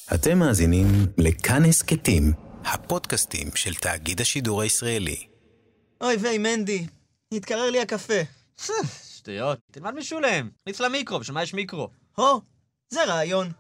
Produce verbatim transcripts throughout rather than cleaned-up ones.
אתם מאזינים לכאן הסקטים, הפודקאסטים של תאגיד השידור הישראלי. אוי ויי מנדי, התקרר לי הקפה. שטויות, תלמד משולם, ניץ למיקרו, בשביל מה יש מיקרו? הו, זה רעיון.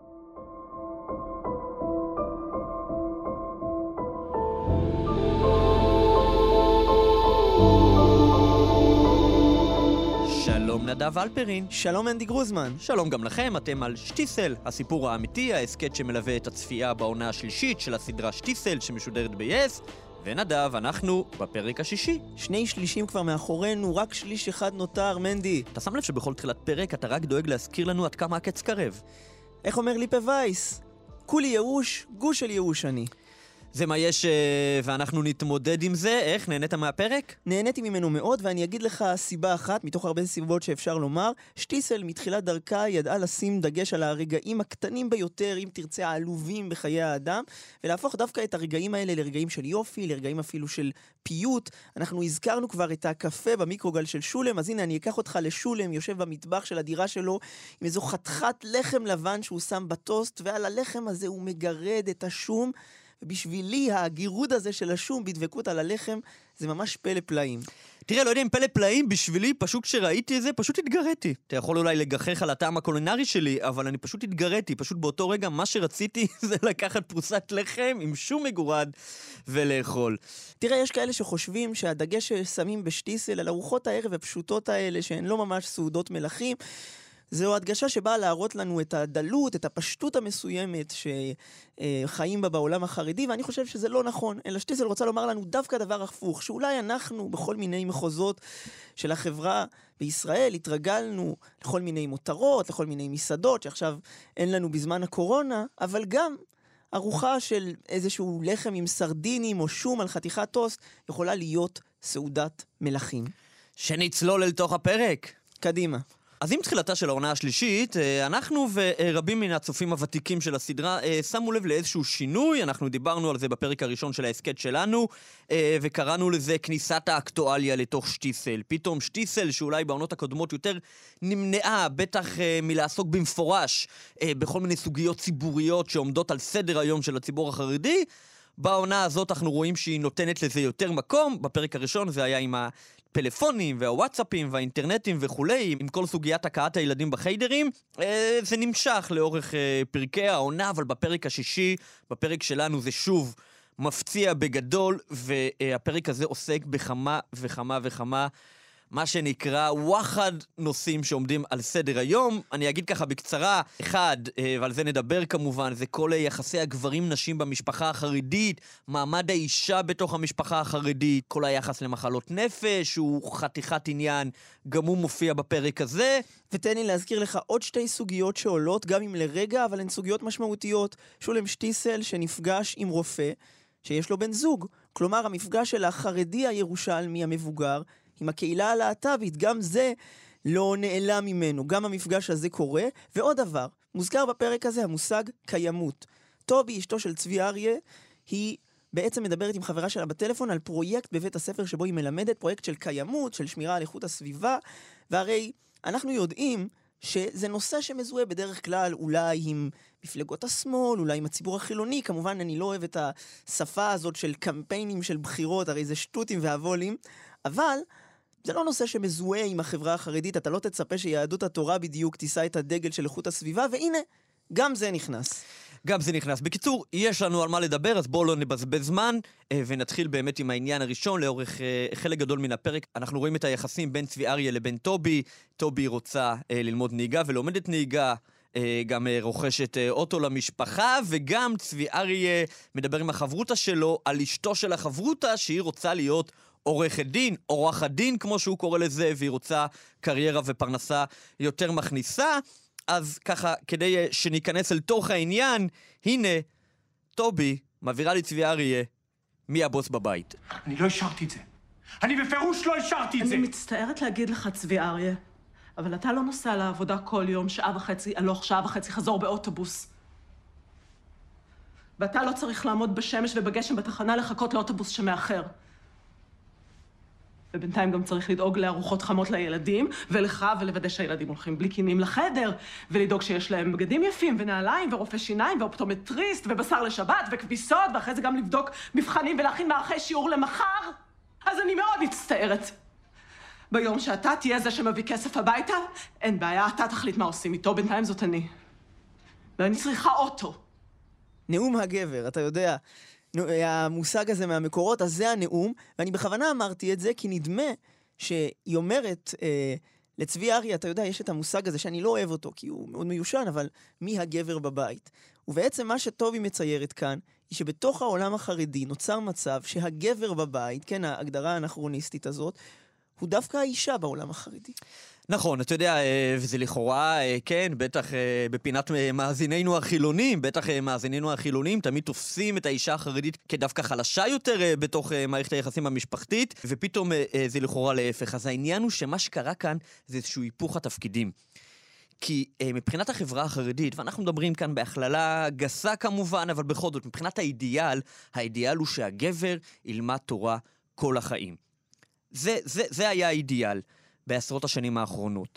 שלום נדב אלפרין. שלום אנדי גרוזמן. שלום גם לכם, אתם על שטיסל, הסיפור האמיתי, ההסקט שמלווה את הצפייה בעונה השלישית של הסדרה שטיסל שמשודרת ב-יס, ונדב, אנחנו בפרק השישי. שני שלישים כבר מאחורינו, רק שליש אחד נותר, מנדי. אתה שם לב שבכל תחילת פרק אתה רק דואג להזכיר לנו עד כמה הקץ קרב. איך אומר ליפה וייס? כולי ייאוש, גוש של ייאוש אני. זה מה יש, ואנחנו נתמודד עם זה. איך? נהנית מהפרק? נהניתי ממנו מאוד, ואני אגיד לך סיבה אחת, מתוך הרבה סיבות שאפשר לומר. שטיסל מתחילת דרכה ידעה לשים דגש על הרגעים הקטנים ביותר, אם תרצה העלובים בחיי האדם, ולהפוך דווקא את הרגעים האלה לרגעים של יופי, לרגעים אפילו של פיוט. אנחנו הזכרנו כבר את הקפה במיקרוגל של שולם, אז הנה אני אקח אותך לשולם, יושב במטבח של הדירה שלו, עם איזו חתיכת לחם לבן שהוא שם בטוסט, ועל הלחם הזה הוא מגרד את השום, ובשבילי הגירוד הזה של השום בדבקות על הלחם זה ממש פלא פלאים. תראה, לא יודע אם פלא פלאים, בשבילי פשוט כשראיתי את זה פשוט התגרתי. אתה יכול אולי לגחך על הטעם הקולינרי שלי, אבל אני פשוט התגרתי. פשוט באותו רגע מה שרציתי זה לקחת פרוסת לחם עם שום מגורד ולאכול. תראה, יש כאלה שחושבים שהדגש ששמים בשטיסל על ארוחות הערב הפשוטות האלה שהן לא ממש סעודות מלכים, זו הדגשה שבאה להראות לנו את הדלות, את הפשטות המסוימת שחיים בה בעולם החרדי, ואני חושב שזה לא נכון, אלא שטיסל רוצה לומר לנו דווקא דבר הפוך, שאולי אנחנו בכל מיני מחוזות של החברה בישראל התרגלנו לכל מיני מותרות, לכל מיני מסעדות, שעכשיו אין לנו בזמן הקורונה, אבל גם ארוחה של איזשהו לחם עם סרדינים או שום על חתיכת טוסט יכולה להיות סעודת מלכים. שנצלול אל תוך הפרק. קדימה. אז עם תחילתה של העונה השלישית, אנחנו ורבים מן הצופים הוותיקים של הסדרה שמו לב לאיזשהו שינוי. אנחנו דיברנו על זה בפרק הראשון של ההסקט שלנו, וקראנו לזה כניסת האקטואליה לתוך שטיסל. פתאום שטיסל, שאולי בעונות הקודמות יותר נמנעה, בטח מלעסוק במפורש בכל מיני סוגיות ציבוריות שעומדות על סדר היום של הציבור החרדי, בעונה הזאת אנחנו רואים שהיא נותנת לזה יותר מקום. בפרק הראשון זה היה עם הפלאפונים והוואטסאפים והאינטרנטים וכולי, עם כל סוגיית הקעת הילדים בחיידרים. זה נמשך לאורך פרקי העונה, אבל בפרק השישי, בפרק שלנו זה שוב מפציע בגדול, והפרק הזה עוסק בכמה וכמה וכמה מה שנקרא וואחד נושאים שעומדים על סדר היום. אני אגיד ככה בקצרה, אחד, ועל זה נדבר כמובן, זה כל יחסי הגברים-נשים במשפחה החרדית, מעמד האישה בתוך המשפחה החרדית, כל היחס למחלות נפש, הוא חתיכת עניין, גם הוא מופיע בפרק הזה. ותן לי להזכיר לך עוד שתי סוגיות שעולות, גם אם לרגע, אבל הן סוגיות משמעותיות. שולם שטיסל שנפגש עם רופא שיש לו בן זוג, כלומר המפגש של החרדי הירושלמי המבוגר, עם הקהילה הלהט"בית, גם זה לא נעלם ממנו, גם המפגש הזה קורה. ועוד דבר, מוזכר בפרק הזה המושג קיימות. טובי, אשתו של צבי אריה, היא בעצם מדברת עם חברה שלה בטלפון על פרויקט בבית הספר שבו היא מלמדת, פרויקט של קיימות, של שמירה על איכות הסביבה, והרי אנחנו יודעים שזה נושא שמזוהה בדרך כלל אולי עם מפלגות השמאל, אולי עם הציבור החילוני. כמובן אני לא אוהב את השפה הזאת של קמפיינים של בחירות, הרי זה שטוטים והוולים, אבל זה לא נושא שמזוהה עם החברה החרדית. אתה לא תצפה שיהדות התורה בדיוק תישא את הדגל של איכות הסביבה, והנה, גם זה נכנס. גם זה נכנס. בקיצור, יש לנו על מה לדבר, אז בואו לא נבזבז זמן, ונתחיל באמת עם העניין הראשון. לאורך חלק גדול מן הפרק, אנחנו רואים את היחסים בין צבי אריה לבין טובי. טובי רוצה ללמוד נהיגה ולומדת נהיגה, גם רוכשת אוטו למשפחה, וגם צבי אריה מדבר עם החברותה שלו על אשתו של החברותה, שהיא רוצה להיות עורכת דין, עורכת דין כמו שהוא קורא לזה, והיא רוצה קריירה ופרנסה יותר מכניסה. אז ככה, כדי שניכנס אל תוך העניין, הנה, טובי מעבירה לי צבי אריה, מי הבוס בבית. אני לא השארתי את זה. אני בפירוש לא השארתי את זה. אני מצטערת להגיד לך, צבי אריה, אבל אתה לא נוסע לעבודה כל יום, שעה וחצי, הלוך, שעה וחצי, חזור באוטובוס. ואתה לא צריך לעמוד בשמש ובגשם בתחנה לחכות לאוטובוס שמאחר. ובינתיים גם צריך לדאוג לארוחות חמות לילדים, ולך ולוודא שהילדים הולכים בלי קינים לחדר, ולדאוג שיש להם בגדים יפים ונעליים ורופא שיניים ואופטומטריסט ובשר לשבת וכביסות, ואחרי זה גם לבדוק מבחנים ולהכין מערכי שיעור למחר. אז אני מאוד מצטערת. ביום שאתה תהיה זה שמביא כסף הביתה, אין בעיה, אתה תחליט מה עושים איתו, בינתיים זאת אני. ואני צריכה אוטו. נאום הגבר, אתה יודע, המושג הזה מהמקורות, אז זה הנאום, ואני בכוונה אמרתי את זה, כי נדמה שהיא אומרת אה, לצבי אריה, אתה יודע, יש את המושג הזה שאני לא אוהב אותו, כי הוא מאוד מיושן, אבל מי הגבר בבית? ובעצם מה שטובי מציירת כאן, היא שבתוך העולם החרדי נוצר מצב שהגבר בבית, כן, ההגדרה האנכרוניסטית הזאת, הוא דווקא האישה בעולם החרדי. נכון, אתה יודע, וזה לכאורה, כן, בטח בפינת מאזיננו החילונים, בטח מאזיננו החילונים תמיד תופסים את האישה החרדית כדווקא חלשה יותר בתוך מערכת היחסים המשפחתית, ופתאום זה לכאורה להפך. אז העניין הוא שמה שקרה כאן זה איזשהו היפוך התפקידים. כי מבחינת החברה החרדית, ואנחנו מדברים כאן בהכללה גסה כמובן, אבל בכל זאת, מבחינת האידיאל, האידיאל הוא שהגבר ילמד תורה כל החיים. זה, זה, זה היה האידיאל בעשרות השנים האחרונות.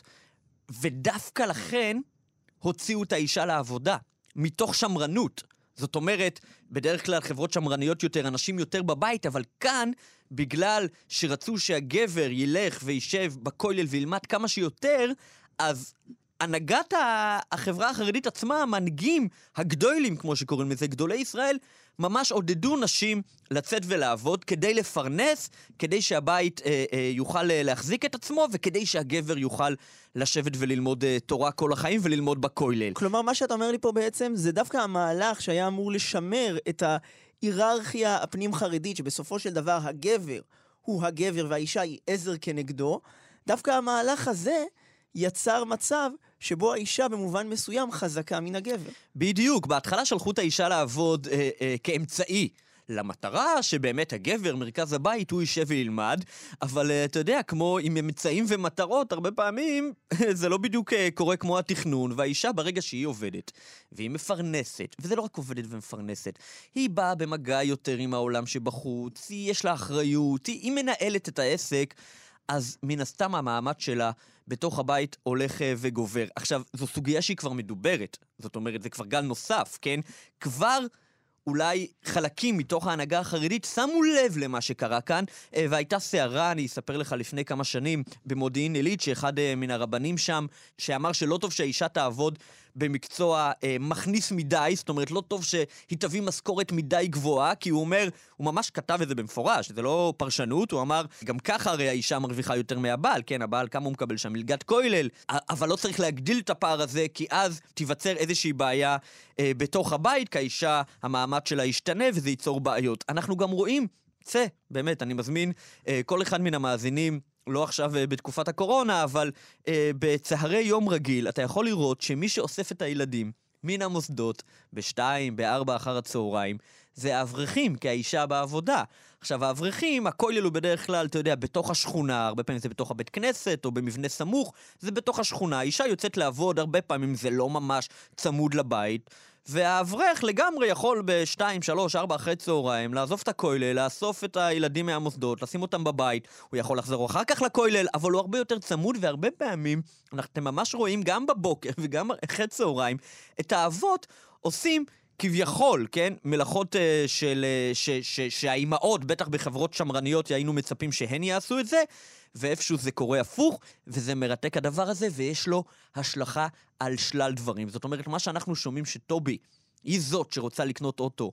ודווקא לכן הוציאו את האישה לעבודה, מתוך שמרנות. זאת אומרת, בדרך כלל חברות שמרניות יותר, אנשים יותר בבית, אבל כאן, בגלל שרצו שהגבר ילך וישב בכולל וילמד כמה שיותר, אז הנהגת החברה החרדית עצמה, המנהיגים הגדולים, כמו שקוראים לזה, גדולי ישראל, ממש עודדו נשים לצאת ולעבוד כדי לפרנס, כדי שהבית אה, אה, יוכל אה, להחזיק את עצמו, וכדי שהגבר יוכל לשבת וללמוד אה, תורה כל החיים וללמוד בכולל. כלומר, מה שאתה אומר לי פה בעצם, זה דווקא המהלך שהיה אמור לשמר את ההיררכיה הפנים חרדית, שבסופו של דבר הגבר הוא הגבר והאישה היא עזר כנגדו. דווקא המהלך הזה יצר מצב שבו האישה במובן מסוים חזקה מן הגבר. בדיוק, בהתחלה שלחו את האישה לעבוד אה, אה, כאמצעי למטרה שבאמת הגבר, מרכז הבית, הוא יישב וילמד, אבל אה, אתה יודע, כמו עם אמצעים ומטרות, הרבה פעמים זה לא בדיוק אה, קורה כמו התכנון, והאישה ברגע שהיא עובדת, והיא מפרנסת, וזה לא רק עובדת ומפרנסת, היא באה במגע יותר עם העולם שבחוץ, היא יש לה אחריות, היא, היא מנהלת את העסק, אז מן הסתם המעמד שלה בתוך הבית הולך וגובר. עכשיו, זו סוגיה שהיא כבר מדוברת. זאת אומרת, זה כבר גל נוסף, כן? כבר אולי חלקים מתוך ההנהגה החרדית שמו לב למה שקרה כאן, והייתה סערה, אני אספר לך לפני כמה שנים, במודיעין עילית, שאחד מן הרבנים שם, שאמר שלא טוב שהאישה תעבוד במקצוע אה, מכניס מדי, זאת אומרת, לא טוב שהיא תביא משכורת מדי גבוהה, כי הוא אומר, הוא ממש כתב את זה במפורש, זה לא פרשנות, הוא אמר, גם ככה הרי האישה מרוויחה יותר מהבעל, כן, הבעל כמה הוא מקבל שם, מלגת כולל, אבל לא צריך להגדיל את הפער הזה, כי אז תיווצר איזושהי בעיה אה, בתוך הבית, כי האישה, המעמד שלה ישתנה, וזה ייצור בעיות. אנחנו גם רואים, צא, באמת, אני מזמין אה, כל אחד מן המאזינים, לא עכשיו בתקופת הקורונה, אבל אה, בצהרי יום רגיל, אתה יכול לראות שמי שאוסף את הילדים מן המוסדות בשתיים, בארבע אחר הצהריים, זה האברכים, כי האישה בעבודה. עכשיו, האברכים, הכולל הוא בדרך כלל, אתה יודע, בתוך השכונה, הרבה פעמים זה בתוך הבית כנסת, או במבנה סמוך, זה בתוך השכונה. האישה יוצאת לעבוד, הרבה פעמים זה לא ממש צמוד לבית, והאברך לגמרי יכול בשתיים, שלוש, ארבע אחרי צהריים לעזוב את הכולל, לאסוף את הילדים מהמוסדות, לשים אותם בבית, הוא יכול לחזור אחר כך לכולל, אבל הוא הרבה יותר צמוד, והרבה פעמים, אתם ממש רואים גם בבוקר וגם אחרי צהריים, את האבות עושים כביכול, כן, מלאכות uh, של, uh, ש, ש, שהאימהות, בטח בחברות שמרניות, היינו מצפים שהן יעשו את זה, ואיפשהו זה קורה הפוך, וזה מרתק הדבר הזה, ויש לו השלכה על שלל דברים. זאת אומרת, מה שאנחנו שומעים שטובי היא זאת שרוצה לקנות אוטו,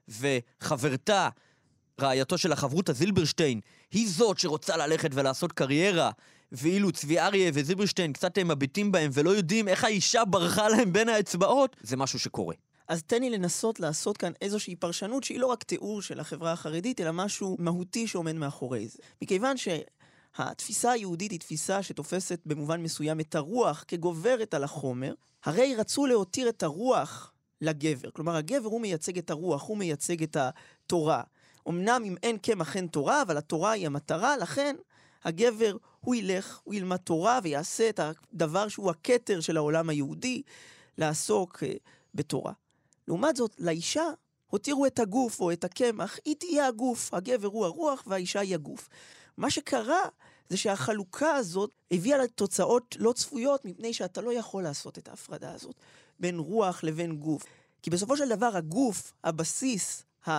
וחברתה, רעייתו של החברותה זילברשטיין, היא זאת שרוצה ללכת ולעשות קריירה, ואילו צבי אריה וזילברשטיין קצת הם מביטים בהם, ולא יודעים איך האישה ברחה להם בין האצבעות, זה משהו שקורה. אז תן לי לנסות לעשות כאן איזושהי פרשנות שהיא לא רק תיאור של החברה החרדית, אלא משהו מהותי שעומד מאחורי זה. מכיוון שהתפיסה היהודית היא תפיסה שתופסת במובן מסוים את הרוח כגוברת על החומר, הרי רצו להותיר את הרוח לגבר. כלומר, הגבר הוא מייצג את הרוח, הוא מייצג את התורה. אמנם אם אין קמח אין תורה, אבל התורה היא המטרה, לכן הגבר הוא ילך, הוא ילמד תורה ויעשה את הדבר שהוא הכתר של העולם היהודי, לעסוק בתורה. לעומת זאת, לאישה הותירו את הגוף או את הקמח, היא תהיה הגוף, הגבר הוא הרוח והאישה היא הגוף. מה שקרה זה שהחלוקה הזאת הביאה לתוצאות לא צפויות, מפני שאתה לא יכול לעשות את ההפרדה הזאת בין רוח לבין גוף. כי בסופו של דבר הגוף, הבסיס,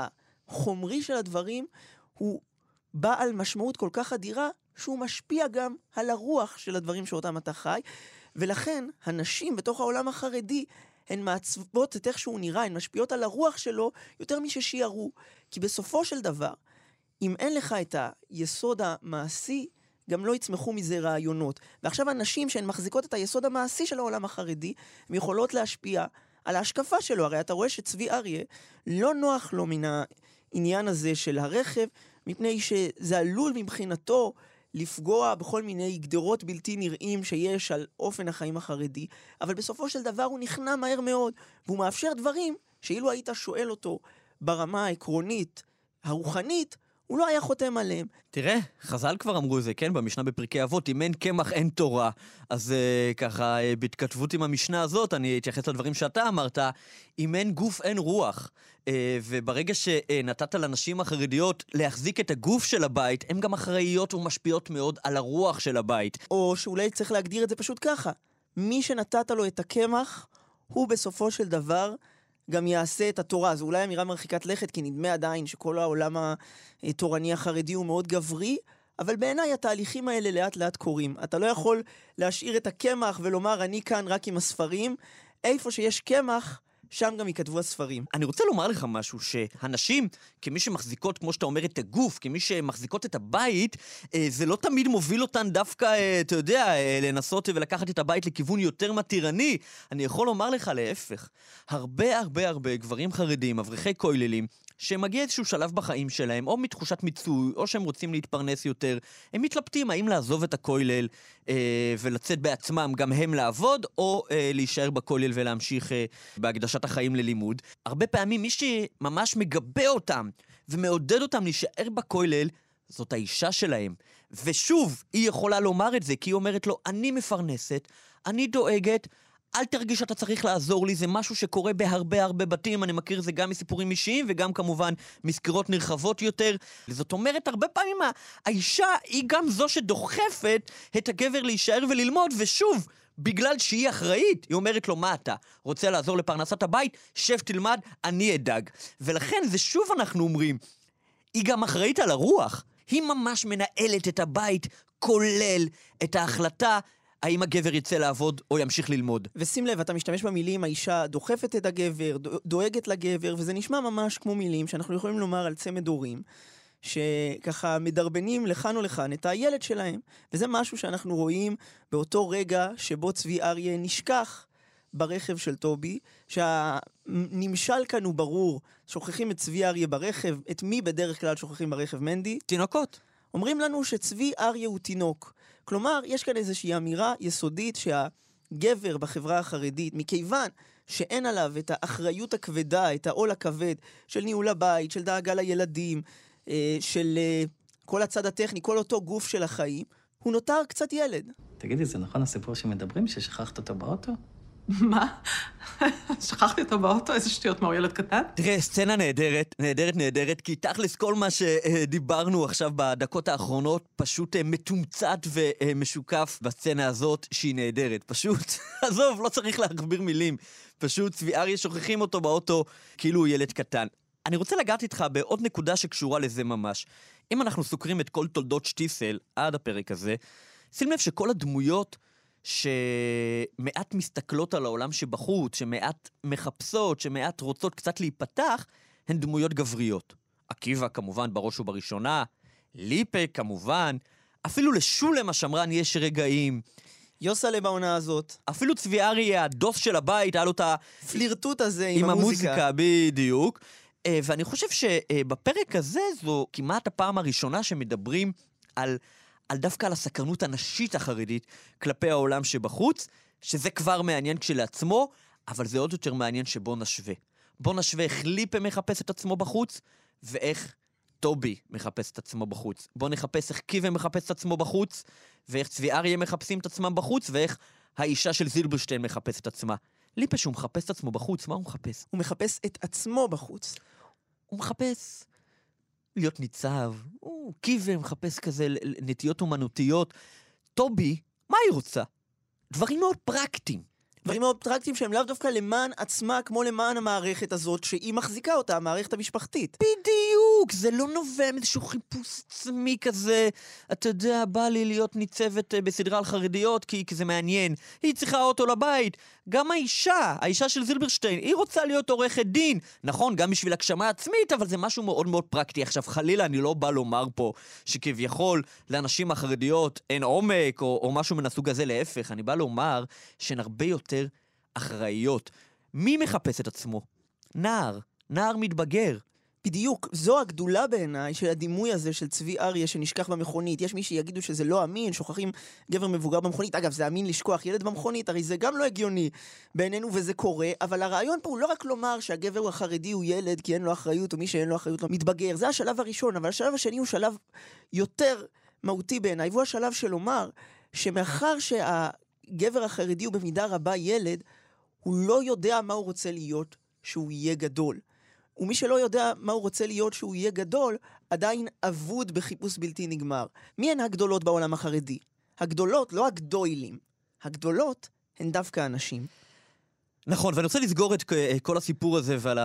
החומרי של הדברים, הוא בעל משמעות כל כך אדירה, שהוא משפיע גם על הרוח של הדברים שאותם אתה חי, ולכן הנשים בתוך העולם החרדי, הן מעצבות את איך שהוא נראה, הן משפיעות על הרוח שלו יותר מששיערו. כי בסופו של דבר, אם אין לך את היסוד המעשי, גם לא יצמחו מזה רעיונות. ועכשיו הנשים שהן מחזיקות את היסוד המעשי של העולם החרדי, הן יכולות להשפיע על ההשקפה שלו. הרי אתה רואה שצבי אריה לא נוח לו מן העניין הזה של הרכב, מפני שזה עלול מבחינתו לפגוע בכל מיני גדרות בלתי נראים שיש על אופן החיים החרדי, אבל בסופו של דבר הוא נכנע מהר מאוד, והוא מאפשר דברים שאילו היית שואל אותו ברמה העקרונית, הרוחנית, הוא לא היה חותם עליהם. תראה, חז"ל כבר אמרו זה, כן? במשנה בפרקי אבות, אם אין קמח אין תורה. אז uh, ככה, uh, בהתכתבות עם המשנה הזאת, אני אתייחס לדברים שאתה אמרת, אם אין גוף אין רוח. Uh, וברגע שנתת לנשים החרדיות להחזיק את הגוף של הבית, הן גם אחראיות ומשפיעות מאוד על הרוח של הבית. או שאולי צריך להגדיר את זה פשוט ככה. מי שנתת לו את הקמח, הוא בסופו של דבר גם יעשה את התורה. זו אולי אמירה מרחיקת לכת, כי נדמה עדיין שכל העולם התורני החרדי הוא מאוד גברי, אבל בעיניי התהליכים האלה לאט לאט קורים. אתה לא יכול להשאיר את הקמח ולומר, אני כאן רק עם הספרים. איפה שיש קמח, שם גם יכתבו הספרים. אני רוצה לומר לך משהו, שהנשים, כמי שמחזיקות, כמו שאתה אומר, את הגוף, כמי שמחזיקות את הבית, זה לא תמיד מוביל אותן דווקא, אתה יודע, לנסות ולקחת את הבית לכיוון יותר מתירני. אני יכול לומר לך להפך. הרבה הרבה הרבה גברים חרדים, אברכי כוללים, שמגיע איזשהו שלב בחיים שלהם, או מתחושת מיצוי, או שהם רוצים להתפרנס יותר, הם מתלבטים האם לעזוב את הכולל אה, ולצאת בעצמם גם הם לעבוד, או אה, להישאר בכולל ולהמשיך אה, בהקדשת החיים ללימוד. הרבה פעמים מי שממש מגבה אותם ומעודד אותם להישאר בכולל, זאת האישה שלהם. ושוב, היא יכולה לומר את זה, כי היא אומרת לו, אני מפרנסת, אני דואגת, אל תרגיש שאתה צריך לעזור לי, זה משהו שקורה בהרבה הרבה בתים, אני מכיר זה גם מסיפורים אישיים וגם כמובן מסקירות נרחבות יותר. זאת אומרת, הרבה פעמים האישה היא גם זו שדוחפת את הגבר להישאר וללמוד, ושוב, בגלל שהיא אחראית, היא אומרת לו, מה אתה? רוצה לעזור לפרנסת הבית? שב תלמד, אני אדאג. ולכן זה שוב אנחנו אומרים, היא גם אחראית על הרוח. היא ממש מנהלת את הבית, כולל את ההחלטה האם הגבר יצא לעבוד או ימשיך ללמוד. ושים לב, אתה משתמש במילים, האישה דוחפת את הגבר, דואגת לגבר, וזה נשמע ממש כמו מילים שאנחנו יכולים לומר על צמד הורים, שככה מדרבנים לכאן או לכאן את הילד שלהם. וזה משהו שאנחנו רואים באותו רגע שבו צבי אריה נשכח ברכב של טובי, שהנמשל כאן הוא ברור, שוכחים את צבי אריה ברכב, את מי בדרך כלל שוכחים ברכב, מנדי? תינוקות. אומרים לנו שצבי אריה הוא תינוק. כלומר, יש כאן איזושהי אמירה יסודית שהגבר בחברה החרדית, מכיוון שאין עליו את האחריות הכבדה, את העול הכבד של ניהול הבית, של דאגה לילדים, של כל הצד הטכני, כל אותו גוף של החיים, הוא נותר קצת ילד. תגידי, זה נכון הסיפור שמדברים ששכחת אותו באוטו? מה? שכחתי אותו באוטו? איזה שטויות, מה, הוא ילד קטן? תראה, סצנה נהדרת, נהדרת, נהדרת, כי תכלס כל מה שדיברנו עכשיו בדקות האחרונות פשוט מתומצת ומשוקף בסצנה הזאת שהיא נהדרת. פשוט, עזוב, לא צריך להכביר מילים. פשוט צבי אריה שוכחים אותו באוטו כאילו הוא ילד קטן. אני רוצה לגעת איתך בעוד נקודה שקשורה לזה ממש. אם אנחנו סוקרים את כל תולדות שטיסל עד הפרק הזה, שים לב שכל הדמויות שמעט מסתכלות על העולם שבחוץ, שמעט מחפשות, שמעט רוצות קצת להיפתח, הן דמויות גבריות. עקיבא כמובן בראש ובראשונה, ליפה כמובן, אפילו לשולם השמרן יש רגעים. יוסלה בעונה הזאת. אפילו צבי אריה, הדוס של הבית, היה לו את הפלירטוט הזה עם, עם המוזיקה. המוזיקה, בדיוק. ואני חושב שבפרק הזה זו כמעט הפעם הראשונה שמדברים על... על דווקא על הסקרנות הנשית החרדית כלפי העולם שבחוץ, שזה כבר מעניין כשלעצמו, אבל זה עוד יותר מעניין שבוא נשווה. בוא נשווה איך ליפה מחפש את עצמו בחוץ, ואיך טובי מחפש את עצמו בחוץ. בוא נחפש איך קיבה מחפש את עצמו בחוץ, ואיך צבי אריה מחפשים את עצמם בחוץ, ואיך האישה של זילברשטיין מחפש את עצמה. ליפה שהוא מחפש את עצמו בחוץ, מה הוא מחפש? הוא מחפש את עצמו בחוץ. הוא מחפש להיות ניצב, הוא קיווה, מחפש כזה נטיות אומנותיות. טובי, מה היא רוצה? דברים מאוד פרקטיים. דברים מאוד פרקטיים שהם לאו דווקא למען עצמה, כמו למען המערכת הזאת שהיא מחזיקה אותה, המערכת המשפחתית. בדיוק, זה לא נובע מאיזשהו חיפוש עצמי כזה, אתה יודע, בא לי להיות ניצבת בסדרה על חרדיות, כי, כי זה מעניין. היא צריכה אוטו לבית. גם האישה, האישה של זילברשטיין, היא רוצה להיות עורכת דין. נכון, גם בשביל הגשמה עצמית, אבל זה משהו מאוד מאוד פרקטי. עכשיו, חלילה, אני לא בא לומר פה שכביכול לאנשים החרדיות אין עומק, או, או משהו מנסוג הזה, להפך. אני בא לומר שהן הרבה יותר אחראיות. מי מחפש את עצמו? נער, נער מתבגר. בדיוק, זו הגדולה בעיניי של הדימוי הזה של צבי אריה שנשכח במכונית. יש מי שיגידו שזה לא אמין, שוכחים גבר מבוגר במכונית. אגב, זה אמין לשכוח ילד במכונית, הרי זה גם לא הגיוני בעינינו וזה קורה, אבל הרעיון פה הוא לא רק לומר שהגבר החרדי הוא ילד כי אין לו אחריות, או מי שאין לו אחריות לא מתבגר. זה השלב הראשון, אבל השלב השני הוא שלב יותר מהותי בעיניי, והוא השלב של לומר שמאחר שהגבר החרדי הוא במידה רבה ילד, הוא לא יודע מה הוא רוצה להיות שהוא יהיה גדול. ומי שלא יודע מה הוא רוצה להיות שהוא יהיה גדול, עדיין אבוד בחיפוש בלתי נגמר. מי הן הגדולות בעולם החרדי? הגדולות, לא הגדולים. הגדולות הן דווקא הנשים. נכון, ואני רוצה לסגור את כל הסיפור הזה ועל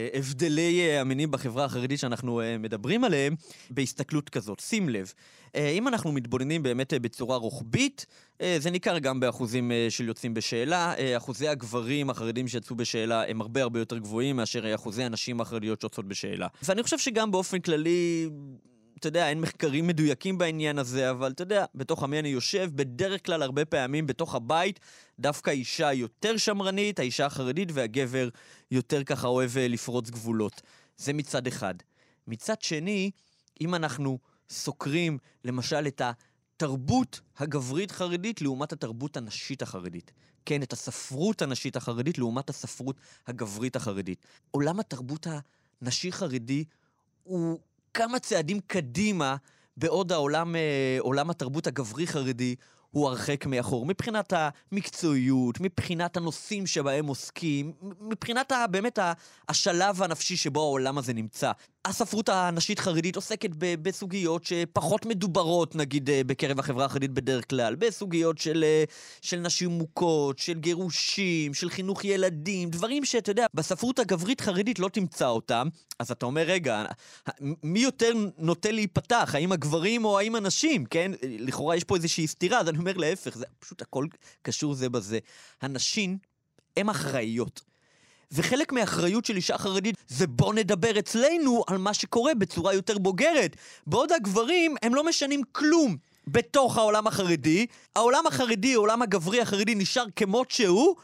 ההבדלי המינים בחברה החרדית שאנחנו מדברים עליהם בהסתכלות כזאת. שים לב, אם אנחנו מתבוננים באמת בצורה רוחבית, זה ניכר גם באחוזים של יוצאים בשאלה. אחוזי הגברים החרדים שיצאו בשאלה הם הרבה הרבה יותר גבוהים מאשר אחוזי הנשים החרדיות שיוצאות בשאלה. ואני חושב שגם באופן כללי, אתה יודע, אין מחקרים מדויקים בעניין הזה, אבל אתה יודע, בתוך עמי אני יושב, בדרך כלל הרבה פעמים בתוך הבית, דווקא אישה יותר שמרנית, האישה החרדית, והגבר יותר ככה אוהב לפרוץ גבולות. זה מצד אחד. מצד שני, אם אנחנו סוקרים למשל את התרבות הגברית חרדית לעומת התרבות הנשית החרדית. כן, את הספרות הנשית החרדית לעומת הספרות הגברית החרדית. עולם התרבות הנשי חרדי הוא כמה צעדים קדימה, בעוד העולם, עולם התרבות הגברי חרדי הוא הרחק מאחור. מבחינת המקצועיות, מבחינת הנושאים שבהם עוסקים, מבחינת באמת השלב הנפשי שבו העולם הזה נמצא. הספרות הנשית חרדית עוסקת בסוגיות שפחות מדוברות, נגיד, בקרב החברה החרדית בדרך כלל, בסוגיות של, של נשים מוכות, של גירושים, של חינוך ילדים, דברים שאתה יודע, בספרות הגברית חרדית לא תמצא אותם. אז אתה אומר, רגע, מי יותר נוטה להיפתח, האם הגברים או האם הנשים, כן? לכאורה יש פה איזושהי סתירה, אז אני אומר להפך, זה פשוט הכל קשור זה בזה. הנשים הן אחראיות. וחלק מהאחריות של אישה חרדית זה בוא נדבר אצלנו על מה שקורה בצורה יותר בוגרת. בעוד הגברים הם לא משנים כלום בתוך העולם החרדי. העולם החרדי, העולם הגברי החרדי נשאר כמות שהוא,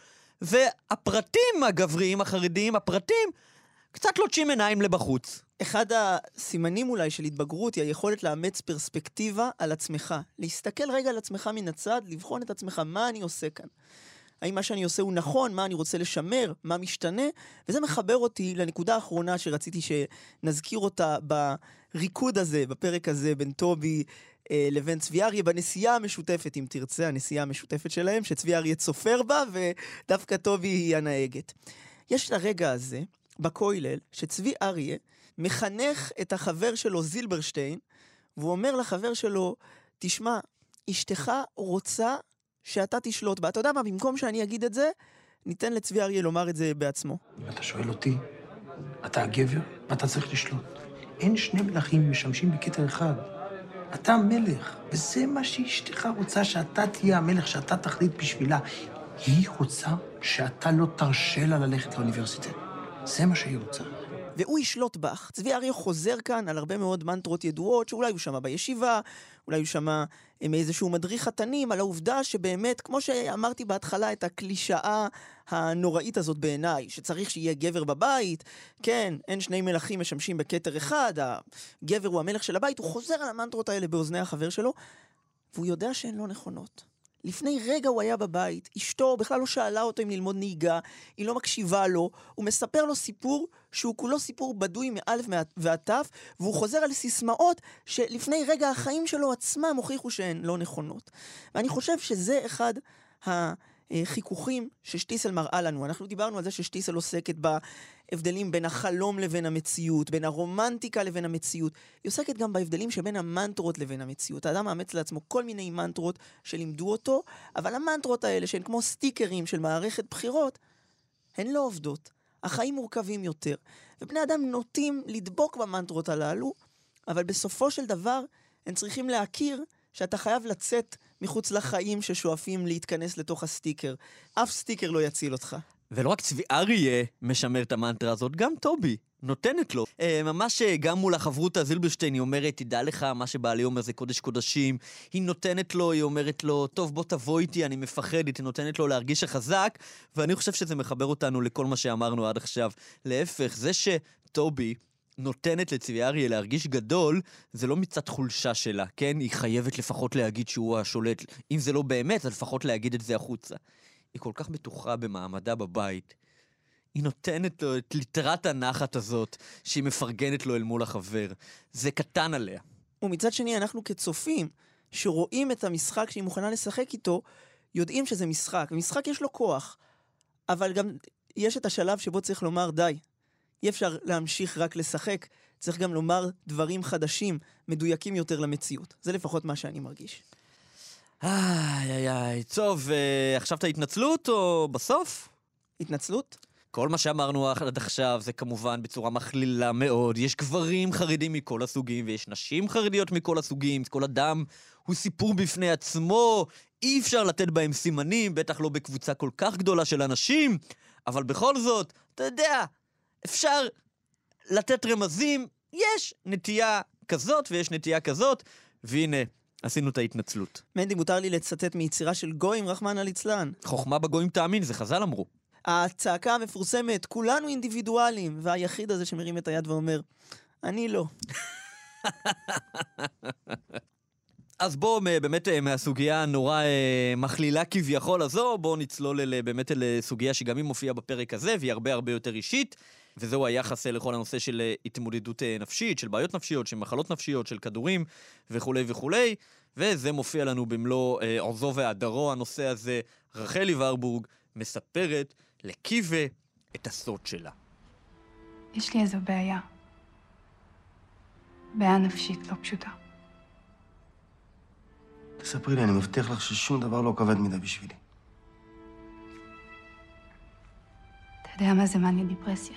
והפרטים הגבריים החרדיים, הפרטים, קצת לוטשים עיניים לבחוץ. אחד הסימנים אולי של התבגרות היא היכולת לאמץ פרספקטיבה על עצמך. להסתכל רגע על עצמך מן הצד, לבחון את עצמך, מה אני עושה כאן. האם מה שאני עושה הוא נכון, מה אני רוצה לשמר, מה משתנה, וזה מחבר אותי לנקודה האחרונה שרציתי שנזכיר אותה בריקוד הזה, בפרק הזה, בין טובי אה, לבין צבי אריה, בנסיעה המשותפת, אם תרצה, הנסיעה המשותפת שלהם, שצבי אריה צופר בה, ודווקא טובי היא הנהגת. יש את הרגע הזה, בכולל, שצבי אריה מחנך את החבר שלו זילברשטיין, והוא אומר לחבר שלו, תשמע, אשתך רוצה שאתה תשלוט בה. אתה יודע מה, במקום שאני אגיד את זה, ניתן לצבי אריה לומר את זה בעצמו. אם אתה שואל אותי, אתה הגבר ואתה צריך לשלוט. אין שני מלכים משמשים בכתר אחד. אתה המלך, וזה מה שאשתך רוצה, שאתה תהיה המלך, שאתה תחליט בשבילה. היא רוצה שאתה לא תרשה לה ללכת לאוניברסיטה. זה מה שהיא רוצה. והוא ישלוט בך. צבי אריה חוזר כאן על הרבה מאוד מנטרות ידועות, שאולי הוא שמה בישיבה, אולי הוא שמה מאיזשהו מדריך חתנים, על העובדה שבאמת, כמו שאמרתי בהתחלה, את הקלישאה הנוראית הזאת בעיניי, שצריך שיהיה גבר בבית, כן, אין שני מלכים משמשים בכתר אחד, הגבר הוא המלך של הבית, הוא חוזר על המנטרות האלה באוזני החבר שלו, והוא יודע שהן לא נכונות. לפני רגע הוא היה בבית, אשתו בכלל לא שאלה אותו אם ללמוד נהיגה, היא לא מקשיבה לו, הוא מספר לו סיפור שהוא כולו סיפור בדוי מאלף ועד תף, והוא חוזר על סיסמאות שלפני רגע החיים שלו עצמם הוכיחו שהן לא נכונות. ואני חושב שזה אחד חיכוכים ששטיסל מראה לנו. אנחנו דיברנו על זה ששטיסל עוסקת בהבדלים בין החלום לבין המציאות, בין הרומנטיקה לבין המציאות. היא עוסקת גם בהבדלים שבין המנטרות לבין המציאות. האדם מאמץ לעצמו כל מיני מנטרות שלימדו אותו, אבל המנטרות האלה, שהן כמו סטיקרים של מערכת בחירות, הן לא עובדות. החיים מורכבים יותר. ובני אדם נוטים לדבוק במנטרות הללו, אבל בסופו של דבר הם צריכים להכיר שאתה חייב לצאת מחוץ לחיים ששואפים להתכנס לתוך הסטיקר. אף סטיקר לא יציל אותך. ולא רק צבי אריה משמר את המנטרה הזאת, גם טובי נותנת לו. אה, ממש גם מול החברותה זילברשטיין, היא אומרת, תדע לך, מה שבעלי אומר זה קודש קודשים. היא נותנת לו, היא אומרת לו, טוב, בוא תבוא איתי, אני מפחדת. היא נותנת לו להרגיש החזק, ואני חושב שזה מחבר אותנו לכל מה שאמרנו עד עכשיו. להפך, זה שטובי נותנת לצבי אריה להרגיש גדול, זה לא מצד חולשה שלה, כן? היא חייבת לפחות להגיד שהוא השולט. אם זה לא באמת, אז לפחות להגיד את זה החוצה. היא כל כך בטוחה במעמדה בבית. היא נותנת לו את ליטרת הנחת הזאת, שהיא מפרגנת לו אל מול החבר. זה קטן עליה. ומצד שני, אנחנו כצופים, שרואים את המשחק שהיא מוכנה לשחק איתו, יודעים שזה משחק. משחק יש לו כוח, אבל גם יש את השלב שבו צריך לומר די. אי אפשר להמשיך רק לשחק, צריך גם לומר דברים חדשים, מדויקים יותר למציאות. זה לפחות מה שאני מרגיש. איי, איי, איי. טוב, עכשיו את ההתנצלות או בסוף? התנצלות? כל מה שאמרנו עד עכשיו זה כמובן בצורה מכלילה מאוד. יש גברים חרדים מכל הסוגים, ויש נשים חרדיות מכל הסוגים. כל אדם הוא סיפור בפני עצמו. אי אפשר לתת בהם סימנים, בטח לא בקבוצה כל כך גדולה של אנשים. אבל בכל זאת, אתה יודע, אפשר לתת רמזים. יש נטייה כזאת ויש נטייה כזאת. והנה, עשינו את ההתנצלות. מנדי, מותר לי לצטט מיצירה של גויים, רחמן על יצלן. חוכמה בגויים תאמין, זה חז"ל אמרו. הצעקה המפורסמת, כולנו אינדיבידואלים, והיחיד הזה שמרים את היד ואומר, אני לא. אז בואו באמת מהסוגיה הנורא מכלילה כביכול הזו, בואו נצלול באמת לסוגיה שגם היא מופיעה בפרק הזה, והיא הרבה הרבה יותר אישית, וזהו היחס לכל הנושא של התמודדות נפשית, של בעיות נפשיות, של מחלות נפשיות, של כדורים וכו' וכו', וזה מופיע לנו במלוא עוזו והדרו, הנושא הזה. רחלי ורבורג מספרת לקיבה את הסוד שלה. יש לי איזו בעיה. בעיה נפשית לא פשוטה. תספרי לי, אני מבטיח לך ששום דבר לא כבד מדי בשבילי. אתה יודע מה זה מניה דיפרסיה?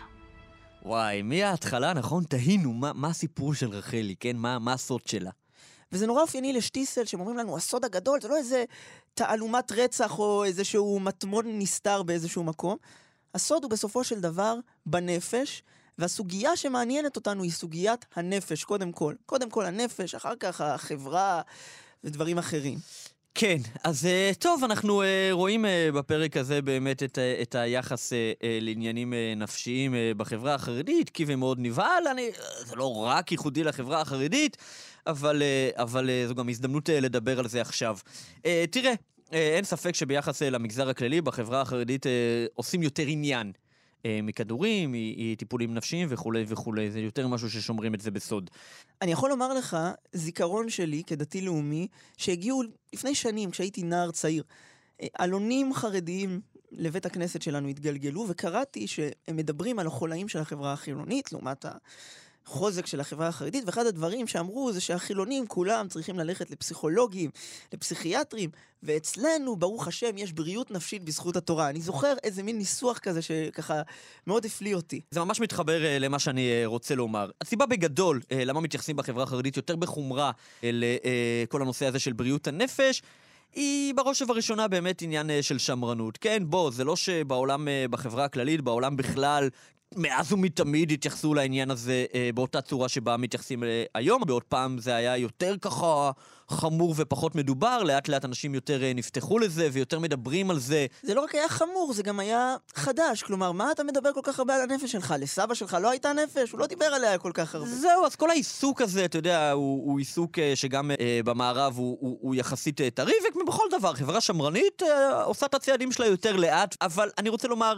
וואי, מההתחלה, נכון? תהינו, מה, מה הסיפור של רחלי, כן? מה, מה הסוד שלה? וזה נורא אופייני לשטיסל, שהם אומרים לנו, הסוד הגדול, זה לא איזה תעלומת רצח או איזשהו מטמון נסתר באיזשהו מקום. הסוד הוא בסופו של דבר בנפש, והסוגיה שמעניינת אותנו היא סוגיית הנפש, קודם כל. קודם כל הנפש, אחר כך החברה ודברים אחרים. כן, אז טוב, אנחנו רואים בפרק הזה באמת את, את היחס לעניינים נפשיים בחברה החרדית, קיבה מאוד נבהל, אני, זה לא רק ייחודי לחברה החרדית, אבל, אבל זו גם הזדמנות לדבר על זה עכשיו. תראה, אין ספק שביחס למגזר הכללי, בחברה החרדית עושים יותר עניין מכדורים, מטיפולים נפשיים וכו' וכו'. זה יותר משהו ששומרים את זה בסוד. אני יכול לומר לך, זיכרון שלי כדתי לאומי, שהגיעו לפני שנים, כשהייתי נער צעיר, אלונים חרדיים לבית הכנסת שלנו התגלגלו, וקראתי שהם מדברים על החולאים של החברה החילונית, לעומת החוזק של החברה החרדית, ואחד הדברים שאמרו זה שהחילונים כולם צריכים ללכת לפסיכולוגים, לפסיכיאטרים, ואצלנו, ברוך השם, יש בריאות נפשית בזכות התורה. אני זוכר איזה מין ניסוח כזה שככה מאוד הפליא אותי. זה ממש מתחבר uh, למה שאני uh, רוצה לומר. הסיבה בגדול, uh, למה מתייחסים בחברה החרדית יותר בחומרה לכל uh, הנושא הזה של בריאות הנפש, היא בראש ובראשונה באמת עניין uh, של שמרנות. כן, בוא, זה לא שבעולם, uh, בחברה הכללית, בעולם בכלל, מאז ומתמיד התייחסו לעניין הזה אה, באותה צורה שבה מתייחסים אה, היום. בעוד פעם זה היה יותר ככה חמור ופחות מדובר, לאט לאט אנשים יותר אה, נפתחו לזה ויותר מדברים על זה. זה לא רק היה חמור, זה גם היה חדש. כלומר, מה אתה מדבר כל כך הרבה על הנפש שלך? לסבא שלך לא הייתה נפש? הוא לא דיבר עליה כל כך הרבה. זהו, אז כל העיסוק הזה, אתה יודע, הוא, הוא עיסוק אה, שגם אה, במערב הוא, הוא, הוא יחסית אה, טרי, וכמו בכל דבר, חברה שמרנית אה, עושה את הצעדים שלה יותר לאט, אבל אני רוצה לומר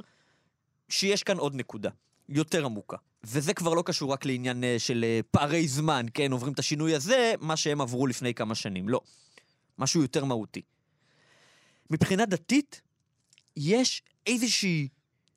שיש כאן עוד נקודה. יותר עמוקה. וזה כבר לא קשור רק לעניין של פערי זמן, כן, עוברים את השינוי הזה, מה שהם עברו לפני כמה שנים. לא. משהו יותר מהותי. מבחינה דתית, יש איזושהי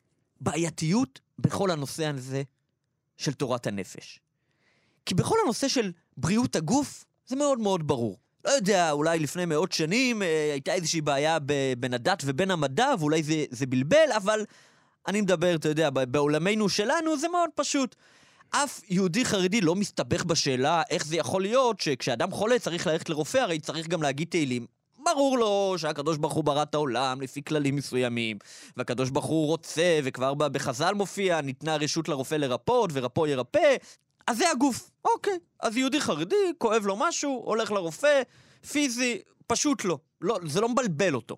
בעייתיות בכל הנושא הזה של תורת הנפש. כי בכל הנושא של בריאות הגוף, זה מאוד מאוד ברור. לא יודע, אולי לפני מאות שנים אה, הייתה איזושהי בעיה ב- בין הדת ובין המדע, ואולי זה, זה בלבל, אבל אני מדבר, אתה יודע, בעולמנו שלנו זה מאוד פשוט. אף יהודי חרדי לא מסתבך בשאלה איך זה יכול להיות שכשאדם חולה צריך ללכת לרופא, הרי צריך גם להגיד תהילים. ברור לו שהקדוש ברוך הוא ברא את העולם לפי כללים מסוימים, והקדוש ברוך הוא רוצה, וכבר בחז"ל מופיע, ניתנה רשות לרופא לרפות, ורפו ירפא, אז זה הגוף. אוקיי, אז יהודי חרדי, כואב לו משהו, הולך לרופא, פיזי, פשוט לא. לא, זה לא מבלבל אותו.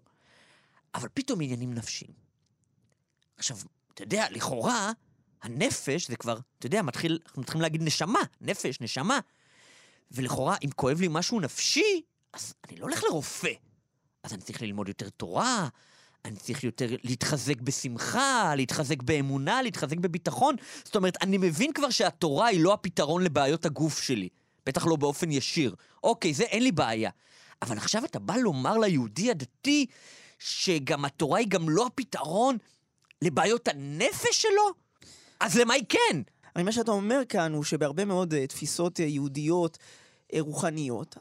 אבל פתאום עניינים נפשיים. עכשיו, אתה יודע, לכאורה, הנפש זה כבר, אתה יודע, מתחיל, אנחנו מתחילים להגיד נשמה, נפש, נשמה. ולכאורה, אם כואב לי משהו נפשי, אז אני לא הולך לרופא. אז אני צריך ללמוד יותר תורה, אני צריך יותר להתחזק בשמחה, להתחזק באמונה, להתחזק בביטחון. זאת אומרת, אני מבין כבר שהתורה היא לא הפתרון לבעיות הגוף שלי. בטח לא באופן ישיר. אוקיי, זה אין לי בעיה. אבל עכשיו אתה בא לומר ליהודי הדתי, שגם התורה היא גם לא הפתרון לבעיות הנפש שלו? אז למה היא כן? הרי מה שאתה אומר כאן הוא שבהרבה מאוד uh, תפיסות uh, יהודיות uh, רוחניות,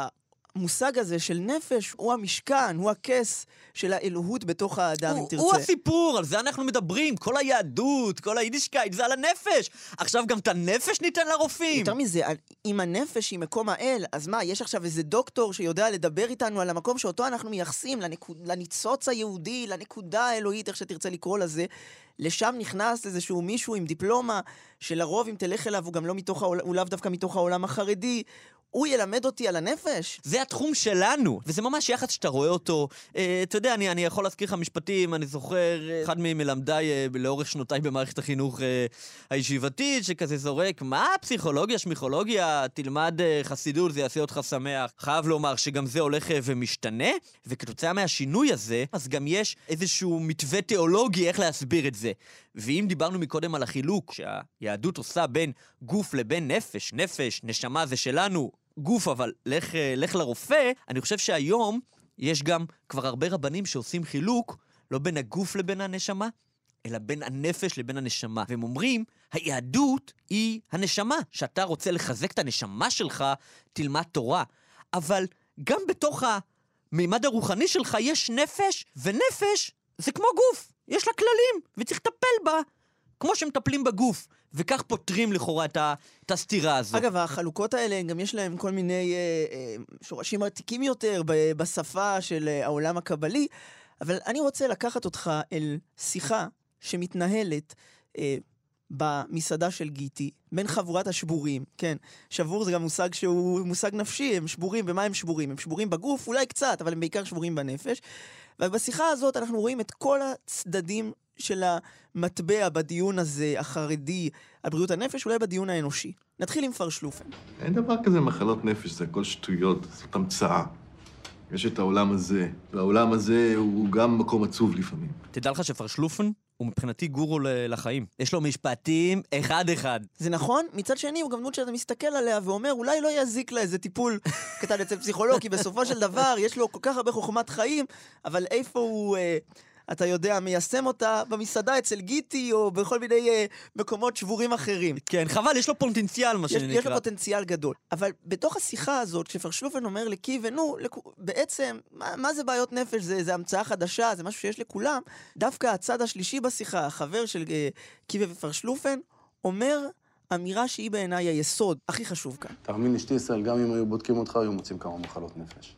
המושג הזה של נפש הוא המשכן, הוא הכס של האלוהות בתוך האדם, הוא, אם תרצה. הוא הסיפור, על זה אנחנו מדברים. כל היהדות, כל היידישקייט, זה על הנפש. עכשיו גם את הנפש ניתן לרופאים. יותר מזה, אם הנפש היא מקום האל, אז מה, יש עכשיו איזה דוקטור שיודע לדבר איתנו על המקום שאותו אנחנו מייחסים, לנקוד, לניצוץ היהודי, לנקודה האלוהית, איך שתרצה לקרוא לזה, לשם נכנס איזשהו מישהו עם דיפלומה, שלרוב אם תלך אליו הוא גם לא מתוך העולם, הוא לאו דווקא מתוך העולם החרדי, הוא ילמד אותי על הנפש. זה התחום שלנו, וזה ממש יחד שאתה רואה אותו. אה, אתה יודע, אני, אני יכול להזכיר לך משפטים, אני זוכר, אה, אחד ממלמדיי אה, לאורך שנותיי במערכת החינוך אה, הישיבתית, שכזה זורק, מה פסיכולוגיה, שמיכולוגיה, תלמד אה, חסידות, זה יעשה אותך שמח. חייב לומר שגם זה הולך אה, ומשתנה, וכתוצאה מהשינוי הזה, אז גם יש איזשהו מתווה תיאולוגי איך להסביר את זה. ואם דיברנו מקודם על החילוק שהיהדות עושה בין גוף לבין נפש, נפש, נשמה זה שלנו, גוף אבל לך, לך לרופא, אני חושב שהיום יש גם כבר הרבה רבנים שעושים חילוק לא בין הגוף לבין הנשמה, אלא בין הנפש לבין הנשמה. והם אומרים, היהדות היא הנשמה, שאתה רוצה לחזק את הנשמה שלך, תלמד תורה. אבל גם בתוך המימד הרוחני שלך יש נפש, ונפש זה כמו גוף. יש לה כללים, וצריך לטפל בה, כמו שמטפלים בגוף. וכך פותרים לכאורה את, ה, את הסתירה הזאת. אגב, החלוקות האלה, גם יש להם כל מיני אה, אה, שורשים עתיקים יותר ב, בשפה של אה, העולם הקבלי, אבל אני רוצה לקחת אותך אל שיחה שמתנהלת אה, במסעדה של גיטי, בין חבורת השבורים. כן, שבור זה גם מושג שהוא מושג נפשי, הם שבורים. במה הם שבורים? הם שבורים בגוף, אולי קצת, אבל הם בעיקר שבורים בנפש. ובשיחה הזאת אנחנו רואים את כל הצדדים של המטבע בדיון הזה, החרדי, על בריאות הנפש, אולי בדיון האנושי. נתחיל עם פרשלופן. אין דבר כזה מחלות נפש, זה הכל שטויות, זאת המצאה. יש את העולם הזה, והעולם הזה הוא גם מקום עצוב לפעמים. תדע לך שפרשלופן הוא מבחינתי גורו לחיים. יש לו משפטים אחד-אחד. זה נכון? מצד שני הוא גם דמות שאתה מסתכל עליה ואומר, אולי לא יזיק לה איזה טיפול קטן אצל פסיכולוג, כי בסופו של דבר יש לו כל כך הרבה חוכמת חיים, אבל איפה הוא... אה, אתה יודע, מיישם אותה במסעדה אצל גיטי, או בכל מיני אה, מקומות שבורים אחרים. כן, חבל, יש לו פוטנציאל, מה שנקרא. יש לו פוטנציאל גדול. אבל בתוך השיחה הזאת, כשפרשלופן אומר לקיבה, נו, לכ... בעצם, מה, מה זה בעיות נפש? זה, זה המצאה חדשה, זה משהו שיש לכולם. דווקא הצד השלישי בשיחה, החבר של אה, קיבה ופרשלופן, אומר אמירה שהיא בעיניי היסוד הכי חשוב כאן. תאמין לי שטיסל, גם אם היו בודקים אותך, היו מוצאים כמה מחלות נפש.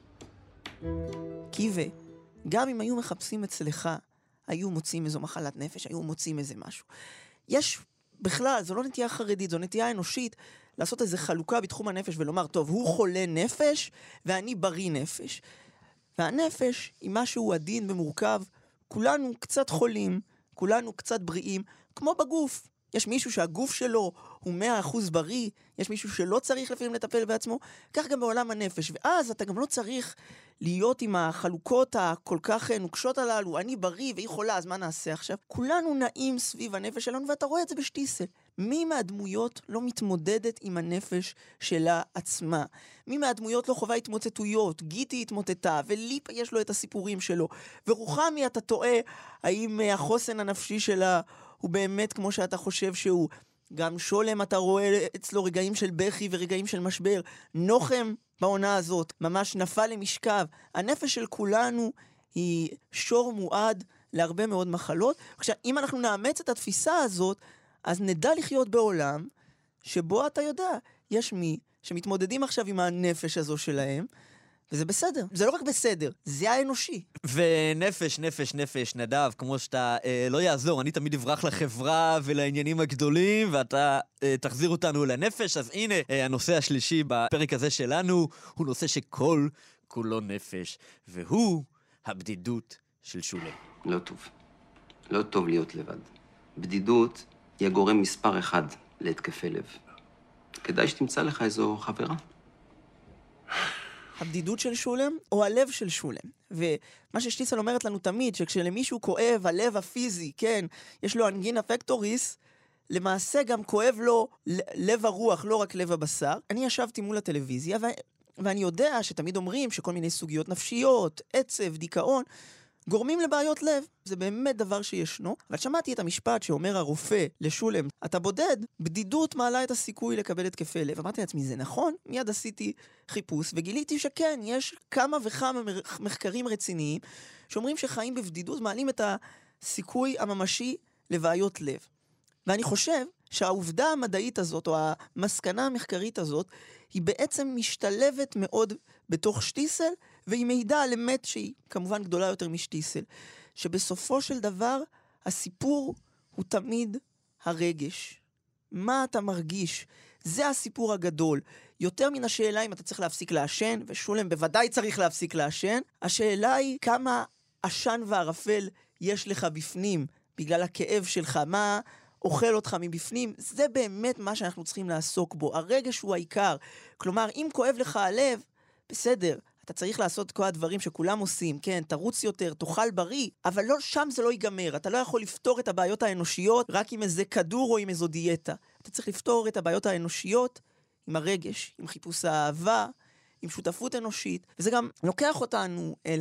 קיבה, גם אם היו מחפשים אצלך, היו מוצאים איזו מחלת נפש, היו מוצאים איזה משהו. יש בכלל, זו לא נטייה חרדית, זו נטייה אנושית, לעשות איזו חלוקה בתחום הנפש ולומר, טוב, הוא חולה נפש ואני בריא נפש. והנפש היא משהו עדין ומורכב, כולנו קצת חולים, כולנו קצת בריאים, כמו בגוף. יש מישהו שהגוף שלו הוא מאה אחוז בריא, יש מישהו שלא צריך לפעמים לטפל בעצמו, כך גם בעולם הנפש. ואז אתה גם לא צריך להיות עם החלוקות הכל כך נוקשות הללו, אני בריא והיא חולה, אז מה נעשה עכשיו? כולנו נעים סביב הנפש שלנו, ואתה רואה את זה בשטיסל. מי מהדמויות לא מתמודדת עם הנפש שלה עצמה? מי מהדמויות לא חווה התמוטטויות? גיטי התמוטטה, וליפה יש לו את הסיפורים שלו. ורוחמי, אתה טועה, האם החוסן הנפשי שלה הוא באמת כמו שאתה חושב שהוא? גם שולם אתה רואה אצלו רגעים של בכי ורגעים של משבר. נוחם בעונה הזאת ממש נפל למשכב. הנפש של כולנו היא שור מועד להרבה מאוד מחלות. עכשיו, אם אנחנו נאמץ את התפיסה הזאת, אז נדע לחיות בעולם שבו אתה יודע, יש מי שמתמודדים עכשיו עם הנפש הזו שלהם, וזה בסדר. זה לא רק בסדר, זה האנושי. ונפש, נפש, נפש, נדב, כמו שאתה אה, לא יעזור, אני תמיד אברח לחברה ולעניינים הגדולים, ואתה אה, תחזיר אותנו לנפש, אז הנה, אה, הנושא השלישי בפרק הזה שלנו, הוא נושא שכל כולו נפש, והוא הבדידות של שולם. לא טוב. לא טוב להיות לבד. בדידות היא הגורם מספר אחד להתקפי לב. כדאי שתמצא לך איזו חברה. הבדידות של שולם או הלב של שולם. ומה ששטיסל אומרת לנו תמיד, שכשלמישהו כואב הלב הפיזי, כן, יש לו אנגינה פקטוריס, למעשה גם כואב לו לב הרוח, לא רק לב הבשר. אני ישבתי מול הטלוויזיה, ו... ואני יודע שתמיד אומרים שכל מיני סוגיות נפשיות, עצב, דיכאון, גורמים לבעיות לב. זה באמת דבר שישנו. אבל שמעתי את המשפט שאומר הרופא לשולם, אתה בודד, בדידות מעלה את הסיכוי לקבל התקפי לב. אמרתי לעצמי, זה נכון? מיד עשיתי חיפוש, וגיליתי שכן, יש כמה וכמה מחקרים רציניים, שאומרים שחיים בבדידות מעלים את הסיכוי הממשי לבעיות לב. ואני חושב שהעובדה המדעית הזאת, או המסקנה המחקרית הזאת, היא בעצם משתלבת מאוד בתוך שטיסל, והיא מעידה על אמת שהיא כמובן גדולה יותר משטיסל. שבסופו של דבר, הסיפור הוא תמיד הרגש. מה אתה מרגיש? זה הסיפור הגדול. יותר מן השאלה אם אתה צריך להפסיק לעשן, ושולם בוודאי צריך להפסיק לעשן, השאלה היא כמה עשן וערפל יש לך בפנים, בגלל הכאב שלך, מה אוכל אותך מבפנים, זה באמת מה שאנחנו צריכים לעסוק בו. הרגש הוא העיקר. כלומר, אם כואב לך הלב, בסדר, אתה צריך לעשות כל הדברים שכולם עושים, כן, תרוץ יותר, תאכל בריא, אבל לא, שם זה לא ייגמר. אתה לא יכול לפתור את הבעיות האנושיות רק עם איזה כדור או עם איזו דיאטה. אתה צריך לפתור את הבעיות האנושיות עם הרגש, עם חיפוש האהבה, עם שותפות אנושית, וזה גם לוקח אותנו אל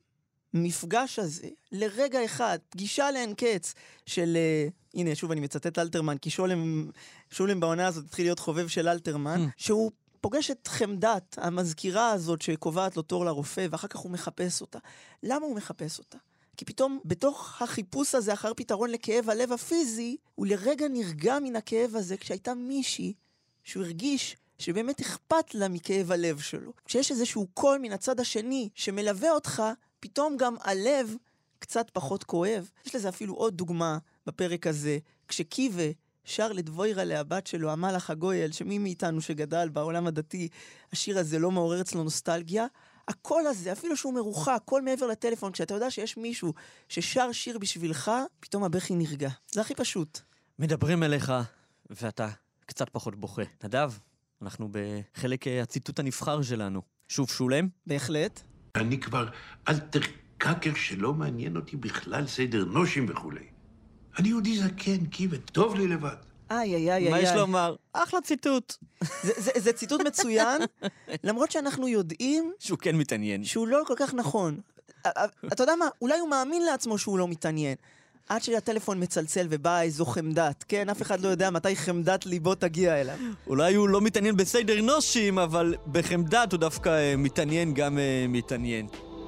המפגש הזה, לרגע אחד, פגישה לאין קץ של, uh, הנה, שוב אני מצטט אלתרמן, כי שולם, שולם בעונה הזאת התחיל להיות חובב של אלתרמן, שהוא פוגש את חמדת, המזכירה הזאת שקובעת לו תור לרופא, ואחר כך הוא מחפש אותה. למה הוא מחפש אותה? כי פתאום בתוך החיפוש הזה אחר פתרון לכאב הלב הפיזי, הוא לרגע נרגע מן הכאב הזה כשהייתה מישהי שהוא הרגיש שבאמת אכפת לה מכאב הלב שלו. כשיש איזשהו קול מן הצד השני שמלווה אותך, פתאום גם הלב קצת פחות כואב. יש לזה אפילו עוד דוגמה בפרק הזה, כשקיבה שר לדבוירה להבת שלו, המלאך הגויל, שמי מאיתנו שגדל בעולם הדתי, השיר הזה לא מעורר אצלו נוסטלגיה. הקול הזה, אפילו שהוא מרוחק, קול מעבר לטלפון, כשאתה יודע שיש מישהו ששר שיר בשבילך, פתאום הבכי נרגע. זה הכי פשוט. מדברים אליך, ואתה קצת פחות בוכה. נדב, אנחנו בחלק הציטוט הנבחר שלנו. שוב שולם? בהחלט. אני כבר אלתר קאקר שלא מעניין אותי בכלל סדר נושים וכולי. אני יהודי זקן, קיבה, טוב לי לבד. איי, איי, איי, מה איי. יש לומר? אחלה ציטוט. זה, זה, זה ציטוט מצוין, למרות שאנחנו יודעים שהוא כן מתעניין. שהוא לא כל כך נכון. אתה יודע מה? אולי הוא מאמין לעצמו שהוא לא מתעניין. עד שהטלפון מצלצל ובאה איזו חמדת. כן, אף אחד לא יודע מתי חמדת ליבו תגיע אליו. אולי הוא לא מתעניין בסדר נושים, אבל בחמדת הוא דווקא מתעניין גם מתעניין.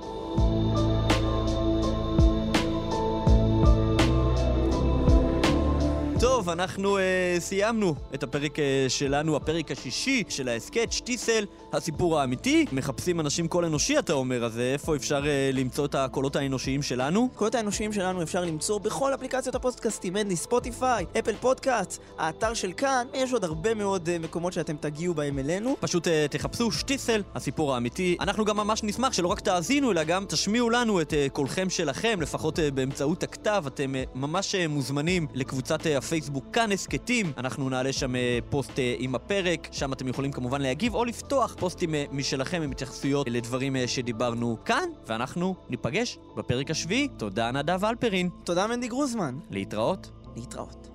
טוב, אנחנו uh, סיימנו את הפרק uh, שלנו, הפרק השישי של ההסקט, שטיסל, הסיפור האמיתי. מחפשים אנשים קול אנושי, אתה אומר, אז איפה אפשר uh, למצוא את הקולות האנושיים שלנו? הקולות האנושיים שלנו אפשר למצוא בכל אפליקציות הפודקאסטים, מדני, ספוטיפיי, אפל פודקאסט, האתר של כאן, יש עוד הרבה מאוד uh, מקומות שאתם תגיעו בהם אלינו. פשוט uh, תחפשו שטיסל, הסיפור האמיתי. אנחנו גם ממש נשמח שלא רק תאזינו, אלא גם תשמיעו לנו את uh, קולכם שלכם, לפחות uh, באמצעות הכתב. אתם uh, ממש uh, מוזמנים לקבוצת uh, הפייסבוק כאן הסקטים. אנחנו נעלה שם פוסט עם הפרק, שם אתם יכולים כמובן להגיב או לפתוח פוסטים משלכם עם התייחסויות לדברים שדיברנו כאן, ואנחנו ניפגש בפרק השביעי. תודה נדב אלפרין. תודה מנדי גרוזמן. להתראות. להתראות.